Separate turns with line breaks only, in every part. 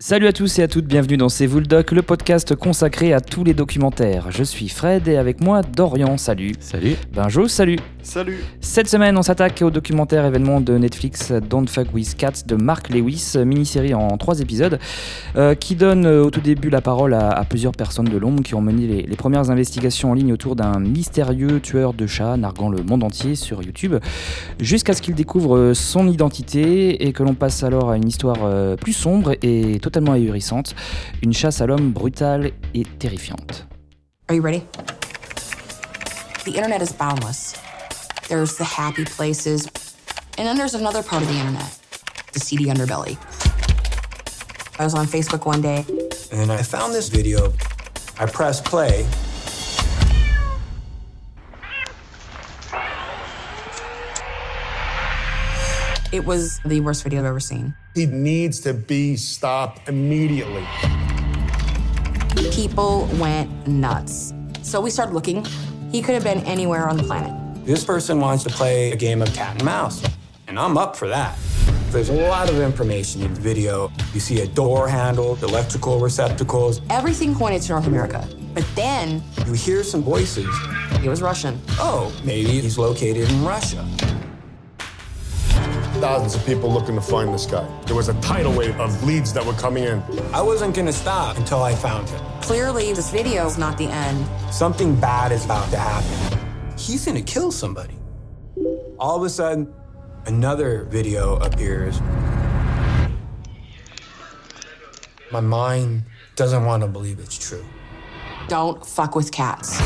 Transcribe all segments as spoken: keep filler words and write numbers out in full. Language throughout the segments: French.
Salut à tous et à toutes, bienvenue dans C'est vous le doc, le podcast consacré à tous les documentaires. Je suis Fred et avec moi Dorian, salut.
Salut.
Benjo, salut.
Salut.
Cette semaine, on s'attaque au documentaire événement de Netflix Don't Fuck With Cats de Mark Lewis, mini-série en trois épisodes, euh, qui donne euh, au tout début la parole à, à plusieurs personnes de l'ombre qui ont mené les, les premières investigations en ligne autour d'un mystérieux tueur de chats narguant le monde entier sur YouTube, jusqu'à ce qu'il découvre son identité et que l'on passe alors à une histoire euh, plus sombre et totalement ahurissante, une chasse à l'homme brutale et terrifiante.
Are you ready? The internet is boundless. There's the happy places, and then there's another part of the internet, the seedy underbelly. I was on Facebook one day,
and then I found this video. I pressed play.
It was the worst video I've ever seen.
He needs to be stopped immediately.
People went nuts. So we started looking. He could have been anywhere on the planet.
This person wants to play a game of cat and mouse, and I'm up for that. There's a lot of information in the video. You see a door handle, electrical receptacles.
Everything pointed to North America. But then,
you hear some voices.
He was Russian.
Oh, maybe he's located in Russia.
Thousands of people looking to find this guy. There was a tidal wave of leads that were coming in.
I wasn't gonna stop until I found him.
Clearly, this video is not the end.
Something bad is about to happen. He's gonna kill somebody. All of a sudden, another video appears. My mind doesn't want to believe it's true.
Don't fuck with cats.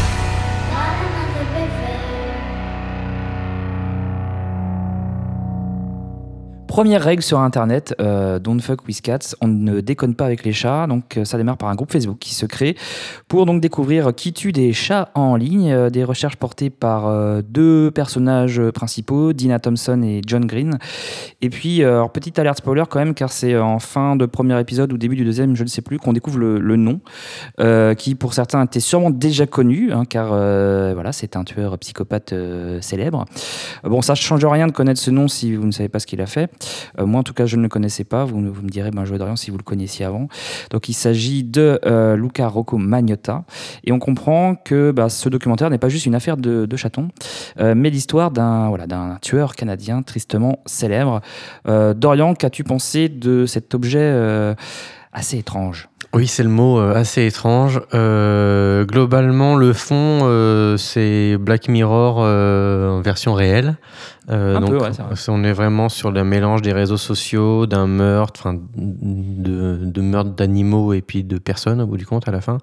Première règle sur Internet, euh, don't fuck with cats, on ne déconne pas avec les chats, donc euh, ça démarre par un groupe Facebook qui se crée pour donc découvrir qui tue des chats en ligne, euh, des recherches portées par euh, deux personnages principaux, Dina Thompson et John Green. Et puis, euh, alors, petite alerte spoiler quand même, car c'est en fin de premier épisode ou début du deuxième, je ne sais plus, qu'on découvre le, le nom, euh, qui pour certains était sûrement déjà connu, hein, car euh, voilà, c'est un tueur psychopathe euh, célèbre. Bon, ça ne change rien de connaître ce nom si vous ne savez pas ce qu'il a fait. Euh, moi, en tout cas, je ne le connaissais pas. Vous, vous me direz, ben, Joël Dorian, si vous le connaissiez avant. Donc, il s'agit de euh, Luca Rocco Magnotta. Et on comprend que bah, ce documentaire n'est pas juste une affaire de, de chatons, euh, mais l'histoire d'un, voilà, d'un tueur canadien tristement célèbre. Euh, Dorian, qu'as-tu pensé de cet objet euh, assez étrange ?
Oui, c'est le mot euh, assez étrange. Euh, globalement, le fond, euh, c'est Black Mirror euh, en version réelle. Euh,
Un
donc,
peu, ouais, c'est vrai.
On est vraiment sur le mélange des réseaux sociaux, d'un meurtre, enfin, de, de meurtre d'animaux et puis de personnes au bout du compte à la fin.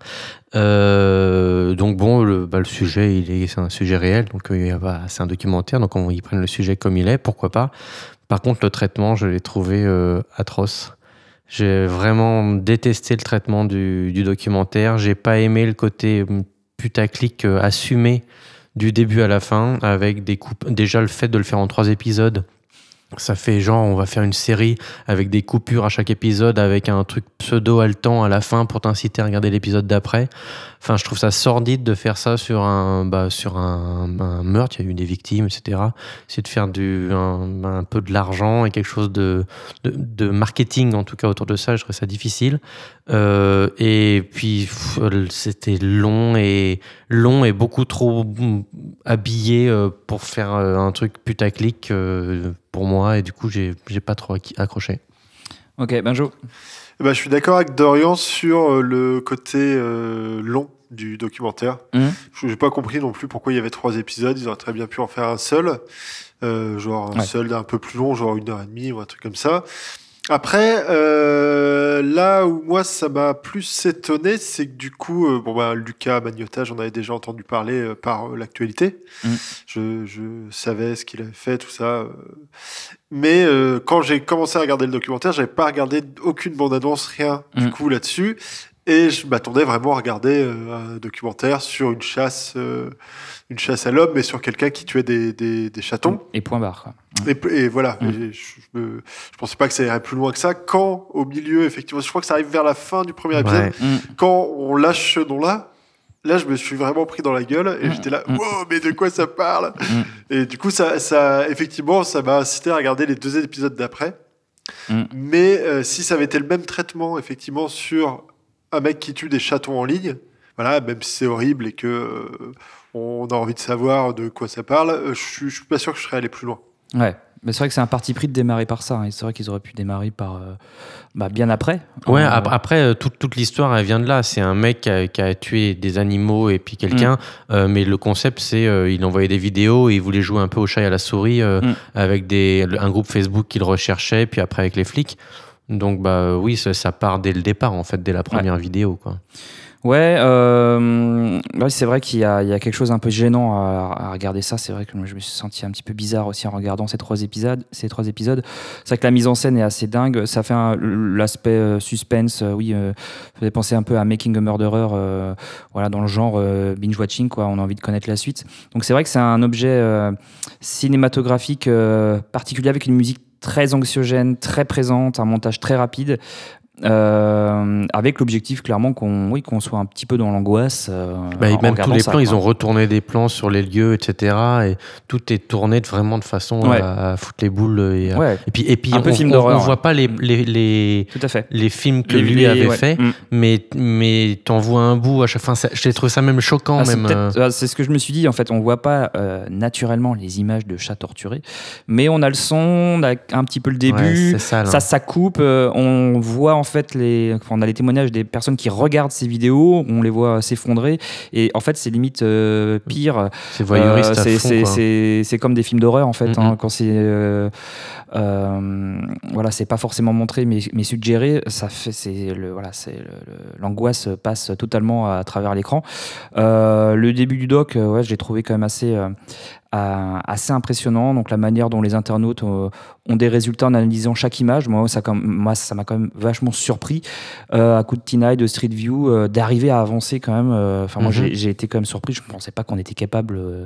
Euh, donc bon, le, bah, le sujet, il est, c'est un sujet réel, donc euh, bah, c'est un documentaire, donc on y prenne le sujet comme il est, pourquoi pas. Par contre, le traitement, je l'ai trouvé euh, atroce. J'ai vraiment détesté le traitement du, du documentaire. J'ai pas aimé le côté putaclic euh, assumé du début à la fin, avec des coupes. Déjà, le fait de le faire en trois épisodes, ça fait genre, on va faire une série avec des coupures à chaque épisode, avec un truc pseudo-haletant à la fin pour t'inciter à regarder l'épisode d'après. Enfin, je trouve ça sordide de faire ça sur un, bah, sur un, un meurtre. Il y a eu des victimes, et cetera. C'est de faire du, un, un peu de l'argent et quelque chose de, de, de marketing, en tout cas, autour de ça. Je trouve ça difficile. Euh, et puis, pff, c'était long et, long et beaucoup trop habillé pour faire un truc putaclic euh, pour moi. Et du coup, j'ai, j'ai pas trop accroché.
Ok, Benjo.
Eh ben, je suis d'accord avec Dorian sur le côté euh, long du documentaire. Mmh. Je n'ai pas compris non plus pourquoi il y avait trois épisodes. Ils auraient très bien pu en faire un seul, euh, genre un ouais. seul un peu plus long, genre une heure et demie ou un truc comme ça. Après, euh, là où moi ça m'a plus étonné, c'est que du coup, euh, bon bah Luca Magnotta, j'en avais déjà entendu parler euh, par euh, l'actualité. Mmh. Je, je savais ce qu'il avait fait, tout ça. Euh, mais euh, quand j'ai commencé à regarder le documentaire, j'avais pas regardé aucune bande-annonce, rien mmh. du coup là-dessus. Et je m'attendais vraiment à regarder euh, un documentaire sur une chasse, euh, une chasse à l'homme, mais sur quelqu'un qui tuait des, des, des chatons.
Et point barre. Quoi.
Et, et voilà, mmh. et je, je, me, je pensais pas que ça irait plus loin que ça. Quand, au milieu, effectivement, je crois que ça arrive vers la fin du premier épisode, ouais. mmh. quand on lâche ce nom-là, là, je me suis vraiment pris dans la gueule et mmh. j'étais là, wow, mais de quoi ça parle mmh. Et du coup, ça, ça, effectivement, ça m'a incité à regarder les deux épisodes d'après. Mmh. Mais euh, si ça avait été le même traitement, effectivement, sur un mec qui tue des chatons en ligne, voilà, même si c'est horrible et que euh, on a envie de savoir de quoi ça parle, euh, je ne suis pas sûr que je serais allé plus loin.
Ouais. Mais c'est vrai que c'est un parti pris de démarrer par ça. Hein. C'est vrai qu'ils auraient pu démarrer par euh, bah, bien après.
Ouais,
euh,
après, toute, toute l'histoire, elle vient de là. C'est un mec qui a, qui a tué des animaux et puis quelqu'un. Mm. Euh, mais le concept, c'est euh, il envoyait des vidéos et il voulait jouer un peu au chat et à la souris euh, mm. avec des, un groupe Facebook qu'il recherchait, puis après avec les flics. Donc, bah oui, ça, ça part dès le départ, en fait, dès la première ouais. vidéo, quoi.
Ouais, euh, ouais, c'est vrai qu'il y a, il y a quelque chose un peu gênant à, à regarder ça. C'est vrai que moi, je me suis senti un petit peu bizarre aussi en regardant ces trois épisodes. Ces trois épisodes. C'est vrai que la mise en scène est assez dingue. Ça fait un, l'aspect euh, suspense. Euh, oui, euh, ça fait penser un peu à Making a Murderer, euh, voilà, dans le genre euh, binge-watching, quoi. On a envie de connaître la suite. Donc c'est vrai que c'est un objet euh, cinématographique euh, particulier avec une musique très anxiogène, très présente, un montage très rapide. Euh, avec l'objectif clairement qu'on, oui, qu'on soit un petit peu dans l'angoisse. Euh,
bah, même tous les ça, plans, quoi. Ils ont retourné des plans sur les lieux, et cetera. Et tout est tourné de vraiment de façon
ouais.
à, à foutre les boules. Et,
ouais.
et puis, et puis
un
on,
peu film
on,
d'horreur.
On voit pas les, les, les,
tout à fait.
les films que
les,
lui
les,
avait
ouais.
fait,
mm.
mais, mais t'en vois un bout à chaque fin. J'ai trouvé ça même choquant.
Ah,
même.
C'est, euh... c'est ce que je me suis dit. En fait, on voit pas euh, naturellement les images de chats torturés, mais on a le son, on a un petit peu le début.
Ouais, c'est ça,
ça, ça coupe. Euh, on voit en fait les. Enfin, on a les témoignages des personnes qui regardent ces vidéos, on les voit s'effondrer, et en fait c'est limite euh, pire.
C'est voyeuriste
euh,
à
c'est,
fond,
c'est,
quoi.
c'est, c'est comme des films d'horreur en fait, mm-hmm. hein, quand c'est euh, euh, voilà, c'est pas forcément montré mais, mais suggéré, ça fait, c'est le, voilà, c'est le, le, l'angoisse passe totalement à travers l'écran. Euh, le début du doc, euh, ouais, je l'ai trouvé quand même assez euh, assez impressionnant, donc la manière dont les internautes euh, ont des résultats en analysant chaque image. Moi, ça, comme, moi, ça m'a quand même vachement surpris euh, à coup de Teen Eye, de Street View, euh, d'arriver à avancer quand même. Enfin, euh, moi, mm-hmm. j'ai, j'ai été quand même surpris. Je ne pensais pas qu'on était capable euh,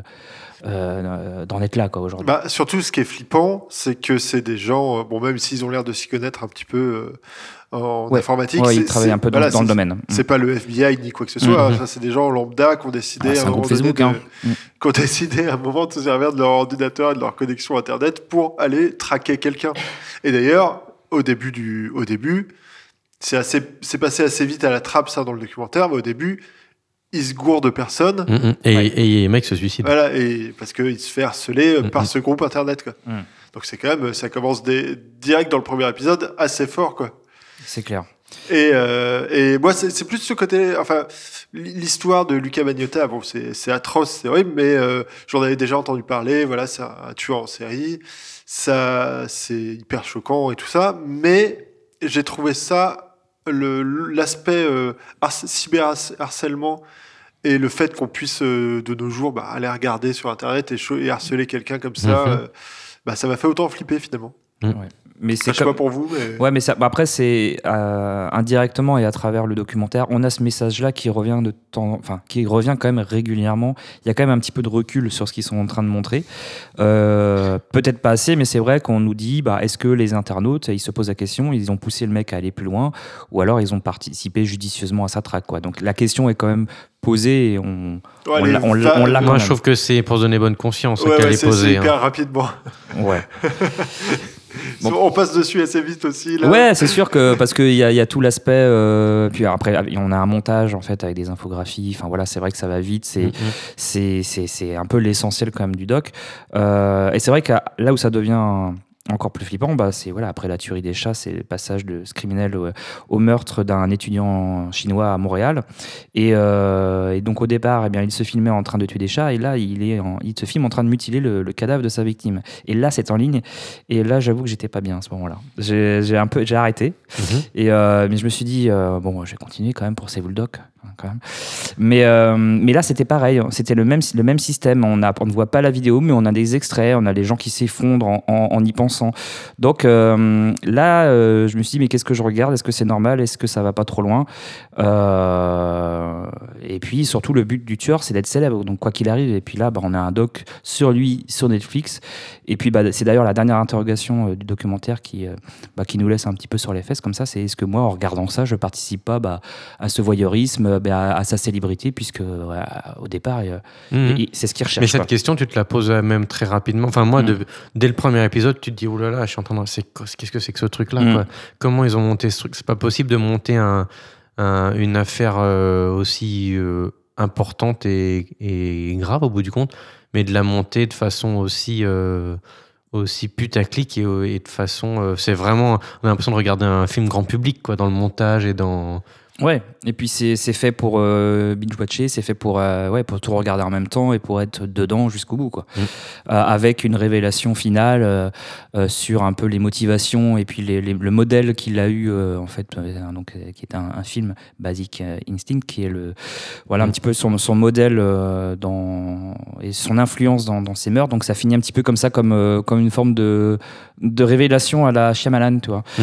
euh, d'en être là, quoi, aujourd'hui.
Bah, surtout, ce qui est flippant, c'est que c'est des gens, euh, bon, même s'ils ont l'air de s'y connaître un petit peu euh, en
ouais.
informatique,
ouais,
c'est,
ils travaillent un peu dans,
voilà,
dans le domaine.
C'est mm. pas le F B I ni quoi que ce soit. Mm-hmm. Ça, c'est des gens lambda qui ont décidé
ah,
à un, un moment
Facebook,
donné,
hein.
de, mm. qui ont décidé à un moment de se servir de leur ordinateur et de leur connexion Internet pour aller traquer quelqu'un. Et d'ailleurs, au début du, au début, c'est assez, c'est passé assez vite à la trappe ça dans le documentaire, mais au début, ils se gourent de personnes.
Mm-hmm. Et, ouais. et, et les mecs se suicident.
Voilà, et parce qu'il se fait harceler mm-hmm. par ce groupe Internet, quoi.
Mm.
Donc c'est quand même, ça commence des, direct dans le premier épisode, assez fort, quoi.
C'est clair.
Et, euh, et moi, c'est, c'est plus ce côté, enfin, l'histoire de Luca Magnotta, bon, c'est, c'est atroce, c'est horrible, mais euh, j'en avais déjà entendu parler, voilà, c'est un tueur en série, ça, c'est hyper choquant et tout ça, mais j'ai trouvé ça, le, l'aspect euh, harc- cyberharcèlement et le fait qu'on puisse, euh, de nos jours, bah, aller regarder sur Internet et, cho- et harceler quelqu'un comme ça, mm-hmm. euh, bah, ça m'a fait autant flipper, finalement.
Mm. Ouais. Mais c'est
je sais
comme...
pas pour vous, mais...
Ouais, mais ça, bah après, c'est euh, indirectement et à travers le documentaire, on a ce message-là qui revient de temps, enfin, qui revient quand même régulièrement. Il y a quand même un petit peu de recul sur ce qu'ils sont en train de montrer. Euh, peut-être pas assez, mais c'est vrai qu'on nous dit, bah, est-ce que les internautes, ils se posent la question, ils ont poussé le mec à aller plus loin, ou alors ils ont participé judicieusement à sa traque, quoi. Donc la question est quand même posée et on,
ouais,
on, l'a, on, l'a, on l'a quand
Moi,
même.
je trouve que c'est pour se donner bonne conscience
ouais,
qu'elle
ouais,
est
c'est,
posée.
C'est hyper
hein.
rapidement.
Ouais.
Bon. On passe dessus assez vite aussi. Là.
Ouais, c'est sûr que parce qu'il y a, y a tout l'aspect. Euh, puis après, on a un montage en fait avec des infographies. Enfin voilà, c'est vrai que ça va vite. C'est mm-hmm. c'est, c'est c'est un peu l'essentiel quand même du doc. Euh, et c'est vrai que là où ça devient encore plus flippant, bah, c'est voilà, après la tuerie des chats, c'est le passage de ce criminel au, au meurtre d'un étudiant chinois à Montréal. Et, euh, et donc au départ, eh bien, il se filmait en train de tuer des chats, et là, il, est en, il se filme en train de mutiler le, le cadavre de sa victime. Et là, c'est en ligne. Et là, j'avoue que j'étais pas bien à ce moment-là. J'ai, j'ai un peu, j'ai arrêté. Mm-hmm. Et euh, mais je me suis dit, euh, bon, je vais continuer quand même pour Save le Doc. Quand même. Mais, euh, mais là, c'était pareil. C'était le même, le même système. On, a, on ne voit pas la vidéo, mais on a des extraits. On a les gens qui s'effondrent en, en, en y pensant. Donc euh, là, euh, je me suis dit, mais qu'est-ce que je regarde ? Est-ce que c'est normal ? Est-ce que ça va pas trop loin ? euh, Et puis, surtout, le but du tueur, c'est d'être célèbre. Donc, quoi qu'il arrive. Et puis là, bah, on a un doc sur lui, sur Netflix. Et puis, bah, c'est d'ailleurs la dernière interrogation euh, du documentaire qui, euh, bah, qui nous laisse un petit peu sur les fesses. Comme ça, c'est est-ce que moi, en regardant ça, je participe pas bah, à ce voyeurisme, euh, bah, à sa célébrité, puisque euh, au départ, euh,
Mmh.
il- c'est ce qu'il recherche.
Mais cette
quoi.
question, tu te la poses même très rapidement. Enfin, moi,
Mm.
de- dès le premier épisode, tu te dis, oh là là, je suis en train de. c'est quoi- Qu'est-ce que c'est que ce truc-là
Mm.
quoi Comment ils ont monté ce truc? C'est pas possible de monter un, un- une affaire euh, aussi euh, importante et, et grave au bout du compte, mais de la monter de façon aussi. Euh, aussi putaclic et, et de façon euh, c'est vraiment on a l'impression de regarder un film grand public quoi dans le montage et dans
Ouais, et puis c'est, c'est fait pour euh, binge-watcher, c'est fait pour, euh, ouais, pour tout regarder en même temps et pour être dedans jusqu'au bout, quoi.
Mm.
Euh, avec une révélation finale euh, euh, sur un peu les motivations et puis les, les- le modèle qu'il a eu, euh, en fait, euh, donc, euh, qui est un, un film, Basic euh, Instinct, qui est le, voilà, un
Mm.
petit peu son, son modèle euh, dans, et son influence dans, dans ses meurtres. Donc ça finit un petit peu comme ça, comme, euh, comme une forme de, de révélation à la Shyamalan, tu vois.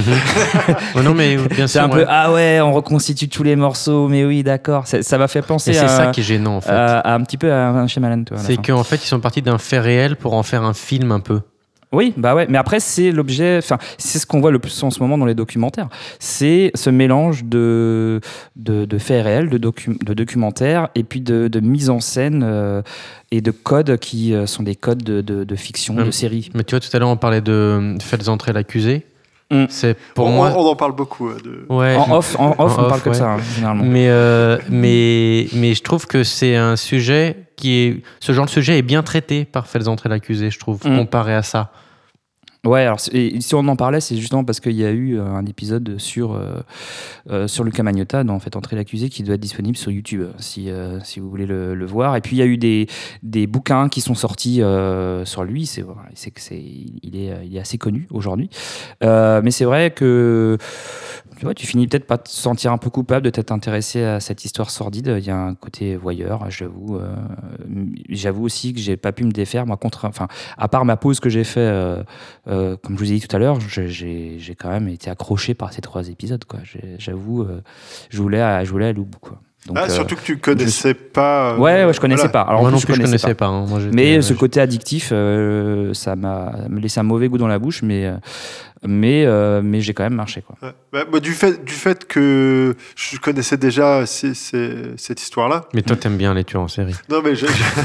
oh non mais bien
C'est
sûr
un
ouais.
peu, ah ouais, on reconstitue tous les morceaux, mais oui, d'accord. C'est- Ça m'a fait penser
et c'est
à,
ça qui est gênant en fait
à- à un petit peu à un Shyamalan, tu vois. à la
c'est
fin.
qu'en fait ils sont partis d'un fait réel pour en faire un film un peu.
Oui, bah ouais, mais après c'est l'objet, enfin c'est ce qu'on voit le plus en ce moment dans les documentaires, c'est ce mélange de de, de faits réels, de, docu- de documentaires et puis de, de mise en scène euh, et de codes qui euh, sont des codes de, de, de fiction,
Hum.
de série.
Mais tu vois, tout à l'heure, on parlait de faites entrer l'accusé.
Mm.
C'est pour
on,
moi.
on en parle beaucoup. euh, De...
Ouais.
En off, en off,
En
on parle
off,
que de
ouais.
ça hein, généralement.
Mais, euh, mais, mais je trouve que c'est un sujet qui est. Ce genre de sujet est bien traité par Faites entrer l'accusé, je trouve,
Mm.
comparé à ça.
Ouais, alors c'est- et si on en parlait, c'est justement parce qu'il y a eu euh, un épisode sur, euh, euh, sur Luca Magnotta dans Faites entrer l'accusé qui doit être disponible sur YouTube si, euh, si vous voulez le, le voir. Et puis il y a eu des, des bouquins qui sont sortis euh, sur lui. C'est, voilà, c'est que c'est, il, est, il est assez connu aujourd'hui. Euh, mais c'est vrai que tu vois, tu finis peut-être par te sentir un peu coupable de t'être intéressé à cette histoire sordide. Il y a un côté voyeur, j'avoue. Euh, j'avoue aussi que j'ai pas pu me défaire, moi, contre, enfin, à part ma pause que j'ai fait. Euh, Euh, comme je vous ai dit tout à l'heure, j'ai, j'ai, j'ai quand même été accroché par ces trois épisodes, quoi. J'ai, j'avoue, euh, je voulais, à, je voulais aller au bout, quoi. Donc,
ah,
euh,
surtout que tu connaissais pas. euh,
ouais, ouais, je connaissais
voilà.
pas. Alors,
moi
en
non
plus,
plus, je connaissais pas. hein. Moi, j'étais-
Mais ce
je-
côté addictif, euh, ça m'a me laissé un mauvais goût dans la bouche, mais euh, mais euh, mais j'ai quand même marché, quoi.
Ouais. Bah, bah, du fait du fait que je connaissais déjà ces- ces- cette histoire-là.
Mais toi, t'aimes bien les tueurs en série.
Non mais je-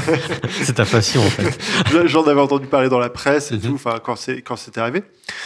C'est ta passion, en fait.
je- j'en avais entendu parler dans la presse et
Mhm.
tout. Enfin quand c'est quand c'était arrivé.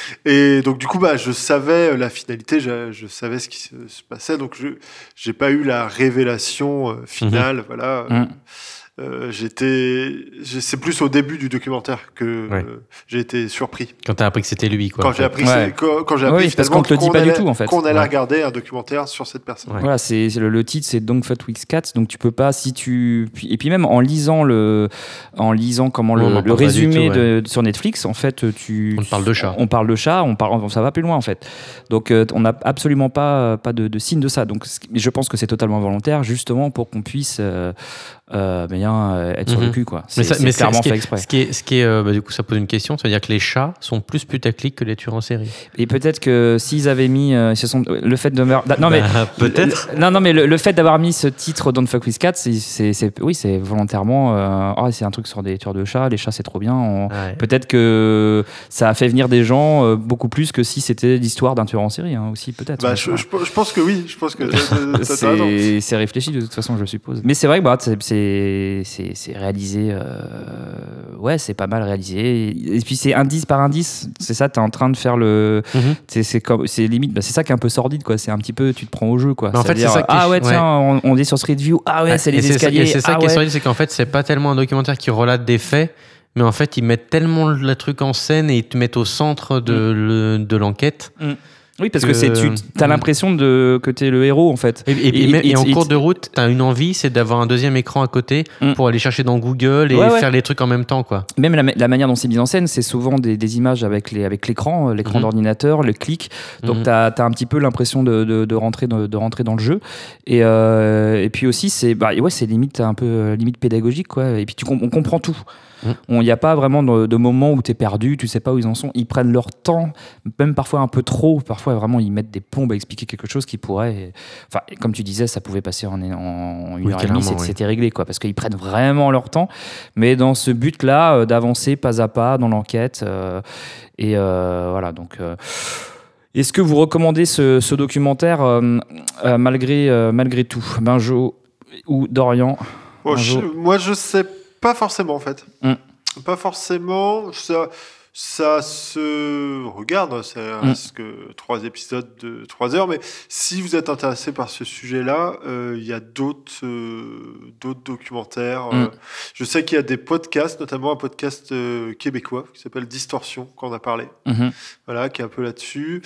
Et donc du coup bah je savais la finalité, je, je savais ce qui se, se passait. Donc je j'ai pas eu la révélation euh, finale. Voilà.
Mhm.
Euh, j'étais, j'ai- c'est plus au début du documentaire que
Ouais.
euh, j'ai été surpris.
Quand t'as appris que c'était lui, quoi.
Quand
en
j'ai
fait.
appris,
Ouais.
c'est- quand, quand j'ai
Oui,
appris
parce
finalement
qu'on te le dit
qu'on
pas du
allait-
tout, en fait.
qu'on allait
Ouais.
regarder un documentaire sur cette personne.
Ouais.
Voilà, c'est, c'est le, le titre, c'est Don't Fuck with Cats, donc tu peux pas si tu puis- et puis même en lisant le en lisant comment
On
le,
en
le
parle pas du
résumé
tout,
de, sur Netflix, en fait, tu
On te parle de chat.
On parle de chat, on parle, ça va plus loin en fait. Donc euh, on n'a absolument pas pas de, de signe de ça. Donc ce qui- je pense que c'est totalement volontaire, justement pour qu'on puisse euh, euh, bien euh, être sur
Mhm.
le cul, quoi. C'est,
Mais, ça-
c'est
mais c'est-
clairement
ce qui
fait
est,
exprès.
ce qui est, ce qui est euh, bah, du coup, ça pose une question. C'est-à-dire que les chats sont plus putaclic que les tueurs en série.
Et peut-être que s'ils avaient mis, euh, ils se sont, le fait de mer- non mais
Bah, peut-être.
le- non non mais le, le fait d'avoir mis ce titre Don't Fuck with Cats, c'est, c'est, c'est- oui c'est volontairement, euh, ah, c'est un truc sur des tueurs de chats, les chats c'est trop bien. On-
Ouais.
Peut-être que ça a fait venir des gens euh, beaucoup plus que si c'était l'histoire d'un tueur en série hein, aussi peut-être.
Bah,
Ouais,
je,
ouais.
je- je pense que oui. Je pense que t'as- t'as- t'as raison.
c'est, c'est réfléchi de toute façon je suppose. Mais c'est vrai que bah, c'est, c'est, c'est, c'est réalisé, euh, ouais c'est pas mal réalisé. Et puis c'est indice par indice, c'est ça, t'es en train de faire le,
Mhm.
c'est, c'est, comme, c'est limite, bah, c'est ça qui est un peu sordide quoi. C'est un petit peu, tu te prends au jeu quoi.
Bah, en fait,
C'est-à-dire,
c'est ça qui est
ah
ch-
ouais tiens, on, on est sur Street View, ah ouais c'est
Et
les
ça-
escaliers.
et c'est ça
ah
qui est
ouais.
solide, c'est qu'en fait, c'est pas tellement un documentaire qui relate des faits, mais en fait, ils mettent tellement le truc en scène et ils te mettent au centre de, le- de l'enquête.
Oui parce que,
que-
c'est, tu as
Mm.
l'impression de que t'es le héros en fait.
Et, et- et
Et-
même-
et-
et en
et-
cours de route, t'as une envie, c'est d'avoir un deuxième écran à côté
Mm.
pour aller chercher dans Google et
Ouais, ouais.
faire les trucs en même temps, quoi.
Même la, ma- la manière dont c'est mis en scène, c'est souvent des, des images avec, les, avec l'écran, euh, l'écran
Mhm.
d'ordinateur, le clic. Donc
Mhm.
tu as un petit peu l'impression de, de, de, rentrer, de, de rentrer dans le jeu. Et, euh, et puis aussi, c'est bah, ouais, c'est limite un peu euh, limite pédagogique. Quoi. Et puis tu, com- on comprend tout.
Mhm.
Il n'y a pas vraiment de, de moment où tu es perdu, tu sais pas où ils en sont. Ils prennent leur temps, même parfois un peu trop. Parfois, vraiment, ils mettent des plombes à expliquer quelque chose qui pourrait. Enfin, comme tu disais, ça pouvait passer en, en une
Oui,
heure et demie,
carrément,
c'était
oui.
c'était réglé. Quoi, parce qu'ils prennent vraiment leur temps. Mais dans ce but-là, euh, d'avancer pas à pas dans l'enquête. euh, et euh, voilà, donc. euh, Est-ce que vous recommandez ce, ce documentaire euh, euh, malgré, euh, malgré tout, Benjo ou Dorian?
Bon, je, moi, je sais pas forcément en fait.
Mm.
Pas forcément. Ça, ça se regarde. Ça reste mm. que trois épisodes de trois heures. Mais si vous êtes intéressé par ce sujet-là, il euh, y a d'autres, euh, d'autres documentaires. Mm. Euh, je sais qu'il y a des podcasts, notamment un podcast euh, québécois qui s'appelle Distorsion, qu'on a parlé. Mm-hmm. Voilà, qui est un peu là-dessus.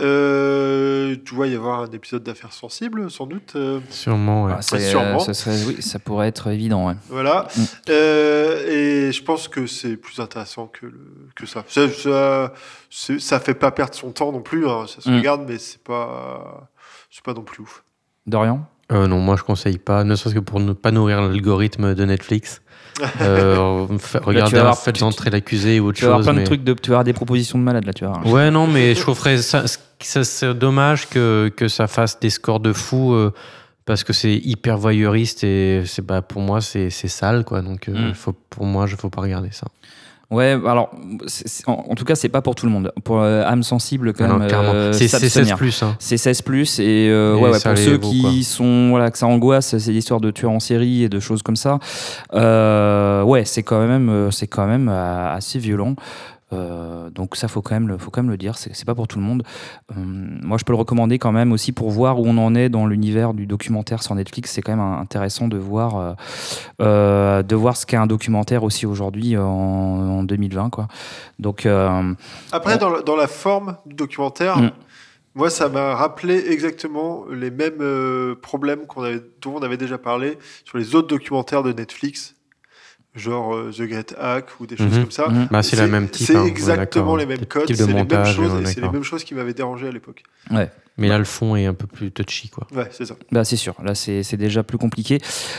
Euh, tu vois, il y avoir un épisode d'Affaires sensibles, sans doute. Euh,
sûrement, ouais.
Ah, ça,
sûrement.
Ça, serait, oui, ça pourrait être évident, ouais.
Voilà. Mm. Euh, et je pense que c'est plus intéressant que, le, que ça. Ça, ça, c'est, ça fait pas perdre son temps non plus. Hein. Ça se mm. regarde, mais c'est pas, c'est pas non plus ouf.
Dorian ?
euh, Non, moi je conseille pas, ne serait-ce que pour ne pas nourrir l'algorithme de Netflix. euh, regardez, avoir, faites tu, entrer l'accusé ou autre
tu vas
chose.
Avoir plein
mais...
de trucs de, tu vas avoir des propositions de malades là, tu vois.
Ouais, non, mais je trouverais ça, ça c'est dommage que, que ça fasse des scores de fou euh, parce que c'est hyper voyeuriste et c'est, bah, pour moi c'est, c'est sale, quoi. Donc euh, mm. faut, pour moi, il faut pas regarder ça.
Ouais, alors, c'est, c'est, en, en tout cas, c'est pas pour tout le monde. Pour euh, âme sensible, quand
non,
même.
Euh, c'est, c'est seize plus. Hein.
C'est seize plus. Et, euh, et ouais, ouais, pour ceux qui quoi. sont, voilà, que ça angoisse, c'est l'histoire de tueurs en série et de choses comme ça. Euh, ouais, c'est quand même, c'est quand même assez violent. Euh, donc ça faut quand même le, faut quand même le dire, c'est, c'est pas pour tout le monde. Euh, moi je peux le recommander quand même aussi pour voir où on en est dans l'univers du documentaire sur Netflix. C'est quand même intéressant de voir, euh, euh, de voir ce qu'est un documentaire aussi aujourd'hui en, en deux mille vingt quoi. Donc euh,
après
on...
dans, la, dans la forme du documentaire. Mm. Moi, ça m'a rappelé exactement les mêmes euh, problèmes qu'on avait, dont on avait déjà parlé sur les autres documentaires de Netflix. Genre euh, The Great Hack ou des choses
mmh,
comme ça.
Mmh. Bah, c'est, c'est la même type.
C'est
hein,
exactement
ouais,
les mêmes codes,
de
c'est
montage,
les mêmes choses,
ouais,
et c'est les mêmes choses qui m'avaient dérangé à l'époque.
Ouais.
Mais là, le fond est un peu plus touchy, quoi.
Ouais, c'est ça.
Bah, c'est sûr. Là, c'est, c'est déjà plus compliqué.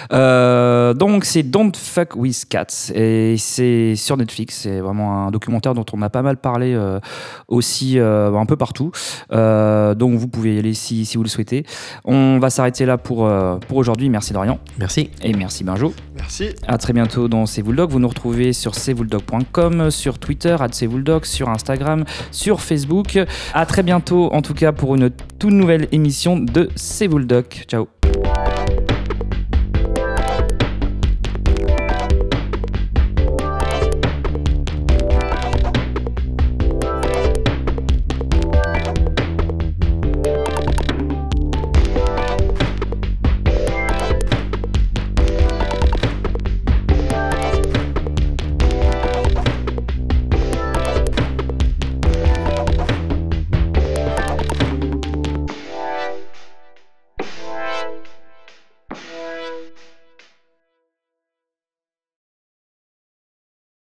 Euh, donc, c'est Don't Fuck With Cats. Et c'est sur Netflix. C'est vraiment un documentaire dont on a pas mal parlé euh, aussi euh, un peu partout. Euh, donc, vous pouvez y aller si, si vous le souhaitez. On va s'arrêter là pour, euh, pour aujourd'hui. Merci Dorian.
Merci.
Et merci Benjo.
Merci.
À très bientôt dans C'est vous le doc. Vous nous retrouvez sur c'est vous le doc point com, sur Twitter, arobase c'est vous le doc, sur Instagram, sur Facebook. À très bientôt, en tout cas, pour une toute nouvelle émission de C'est vous le doc. Ciao.